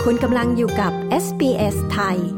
คุณกำลังอยู่กับ SBS ไทย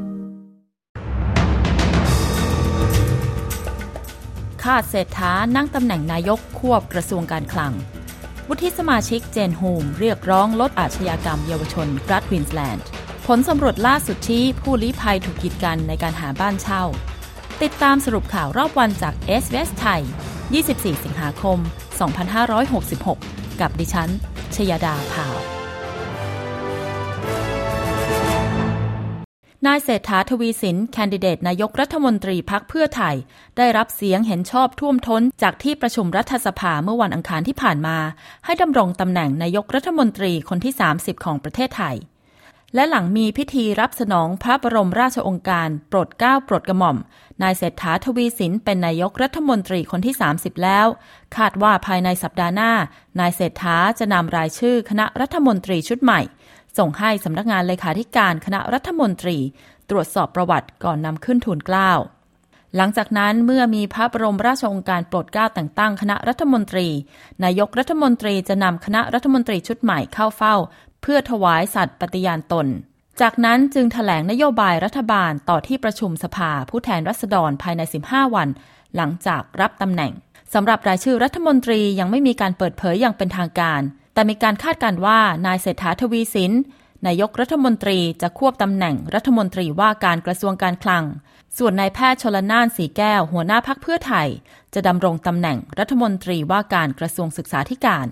ข้าเศรษฐานั่งตำแหน่งนายกควบกระทรวงการคลังวุฒิสมาชิกเจนฮูมเรียกร้องลดอาชญากรรมเยาวชนรัฐควีนสแลนด์ผลสำรวจล่าสุดชี้ผู้ลี้ภัยถูกกีดกันในการหาบ้านเช่าติดตามสรุปข่าวรอบวันจาก SBS ไทย 24 สิงหาคม 2566 กับดิฉันชยดาภานายเศรษฐาทวีสินแคนดิเดตนายกรัฐมนตรีพรรคเพื่อไทยได้รับเสียงเห็นชอบท่วมท้นจากที่ประชุมรัฐสภาเมื่อวันอังคารที่ผ่านมาให้ดำรงตำแหน่งนายกรัฐมนตรีคนที่ 30 ของประเทศไทยและหลังมีพิธีรับสนองพระบรมราชโองการโปรดเกล้าโปรดกระหม่อมนายเศรษฐาทวีสินเป็นนายกรัฐมนตรีคนที่ 30 แล้วคาดว่าภายในสัปดาห์หน้านายเศรษฐาจะนำรายชื่อคณะรัฐมนตรีชุดใหม่ส่งให้สำนักงานเลขาธิการคณะรัฐมนตรีตรวจสอบประวัติก่อนนำขึ้นทูลเกล้าหลังจากนั้นเมื่อมีพระบรมราชโองการโปรดเกล้าแต่งตั้งคณะรัฐมนตรีนายกรัฐมนตรีจะนำคณะรัฐมนตรีชุดใหม่เข้าเฝ้าเพื่อถวายสัตย์ปฏิญาณตนจากนั้นจึงแถลงนโยบายรัฐบาลต่อที่ประชุมสภาผู้แทนราษฎรภายใน 15 วันหลังจากรับตำแหน่งสำหรับรายชื่อรัฐมนตรียังไม่มีการเปิดเผยอย่างเป็นทางการแต่มีการคาดการณ์ว่านายเศรษฐาทวีสินนายกรัฐมนตรีจะควบตำแหน่งรัฐมนตรีว่าการกระทรวงการคลังส่วนนายแพทย์ชลน่านสีแก้วหัวหน้าพรรคเพื่อไทยจะดำรงตำแหน่งรัฐมนตรีว่าการกระทรวงศึกษาธิการ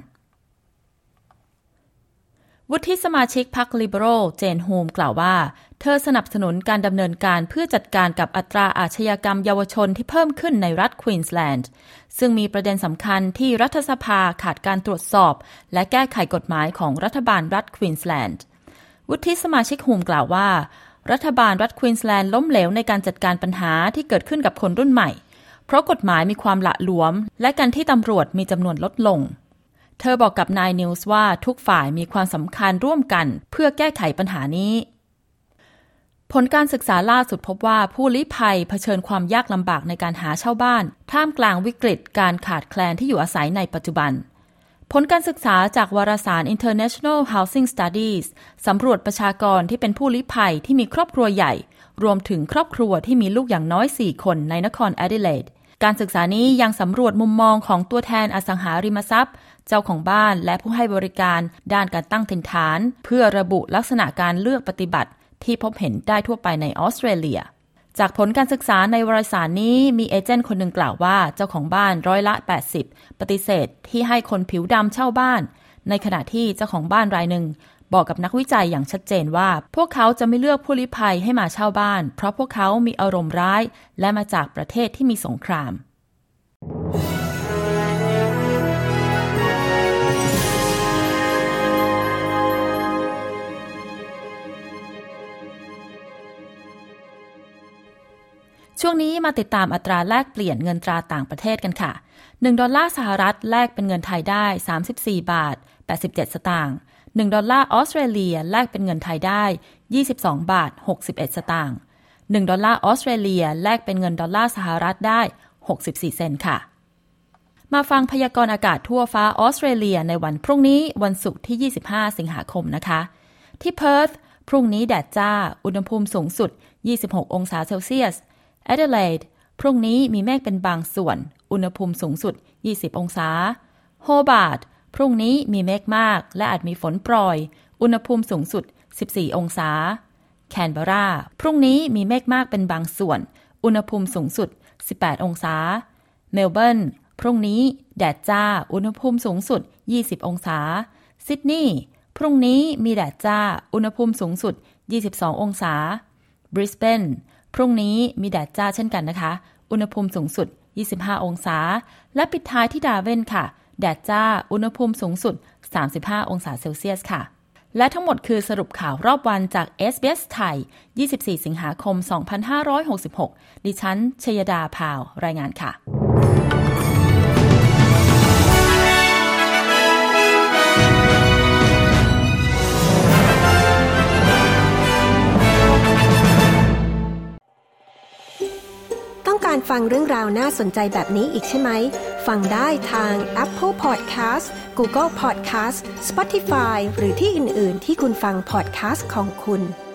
วุฒิสมาชิกพรรคลิเบอรัลเจนฮูมกล่าวว่าเธอสนับสนุนการดำเนินการเพื่อจัดการกับอัตราอาชญากรรมเยาวชนที่เพิ่มขึ้นในรัฐควีนสแลนด์ซึ่งมีประเด็นสำคัญที่รัฐสภาขาดการตรวจสอบและแก้ไขกฎหมายของรัฐบาลรัฐควีนสแลนด์วุฒิสมาชิกฮูมกล่าวว่ารัฐบาลรัฐควีนสแลนด์ล้มเหลวในการจัดการปัญหาที่เกิดขึ้นกับคนรุ่นใหม่เพราะกฎหมายมีความหละหลวมและการที่ตำรวจมีจำนวนลดลงเธอบอกกับนายนิวส์ว่าทุกฝ่ายมีความสำคัญร่วมกันเพื่อแก้ไขปัญหานี้ผลการศึกษาล่าสุดพบว่าผู้ลี้ภัยเผชิญความยากลำบากในการหาเช่าบ้านท่ามกลางวิกฤตการขาดแคลนที่อยู่อาศัยในปัจจุบันผลการศึกษาจากวารสาร International Housing Studies สำรวจประชากรที่เป็นผู้ลี้ภัยที่มีครอบครัวใหญ่รวมถึงครอบครัวที่มีลูกอย่างน้อย 4 คนในนครแอดิเลดการศึกษานี้ยังสำรวจมุมมองของตัวแทนอสังหาริมทรัพย์เจ้าของบ้านและผู้ให้บริการด้านการตั้งถิ่นฐานเพื่อระบุลักษณะการเลือกปฏิบัติที่พบเห็นได้ทั่วไปในออสเตรเลียจากผลการศึกษาในวารสารนี้มีเอเจนต์คนหนึ่งกล่าวว่าเจ้าของบ้าน80%ปฏิเสธที่ให้คนผิวดำเช่าบ้านในขณะที่เจ้าของบ้านรายหนึ่งบอกกับนักวิจัยอย่างชัดเจนว่าพวกเขาจะไม่เลือกผู้ลี้ภัยให้มาเช่าบ้านเพราะพวกเขามีอารมณ์ร้ายและมาจากประเทศที่มีสงครามช่วงนี้มาติดตามอัตราแลกเปลี่ยนเงินตราต่างประเทศกันค่ะ1ดอลลาร์สหรัฐแลกเป็นเงินไทยได้34บาท87สตางค์1ดอลลาร์ออสเตรเลียแลกเป็นเงินไทยได้22บาท61สตางค์1ดอลลาร์ออสเตรเลียแลกเป็นเงินดอลลาร์สหรัฐได้64เซนต์ค่ะมาฟังพยากรณ์อากาศทั่วฟ้าออสเตรเลียในวันพรุ่งนี้วันศุกร์ที่25สิงหาคมนะคะที่เพิร์ธพรุ่งนี้แดดจ้าอุณหภูมิสูงสุด26องศาเซลเซียสแอดิเลดพรุ่งนี้มีเมฆเป็นบางส่วนอุณหภูมิสูงสุด20องศาโฮบาร์ตพรุ่งนี้มีเมฆมากและอาจมีฝนโปรยอุณหภูมิสูงสุด14องศาแคนเบอราพรุ่งนี้มีเมฆมากเป็นบางส่วนอุณหภูมิสูงสุด18องศาเมลเบิร์นพรุ่งนี้แดดจ้าอุณหภูมิสูงสุด20องศาซิดนีย์พรุ่งนี้มีแดดจ้าอุณหภูมิสูงสุด22องศาบริสเบนพรุ่งนี้มีแดดจ้าเช่นกันนะคะอุณหภูมิสูงสุด25องศาและปิดท้ายที่ดาร์วินค่ะแดดจ้าอุณหภูมิสูงสุด35องศาเซลเซียสค่ะและทั้งหมดคือสรุปข่าวรอบวันจาก SBS ไทย24สิงหาคม2566ดิฉันชยดาพาวรายงานค่ะต้องการฟังงเรื่องราวน่าสนใจแบบนี้อีกใช่ไหมฟังได้ทาง Apple Podcast Google Podcast Spotify หรือที่อื่นๆที่คุณฟัง podcast ของคุณ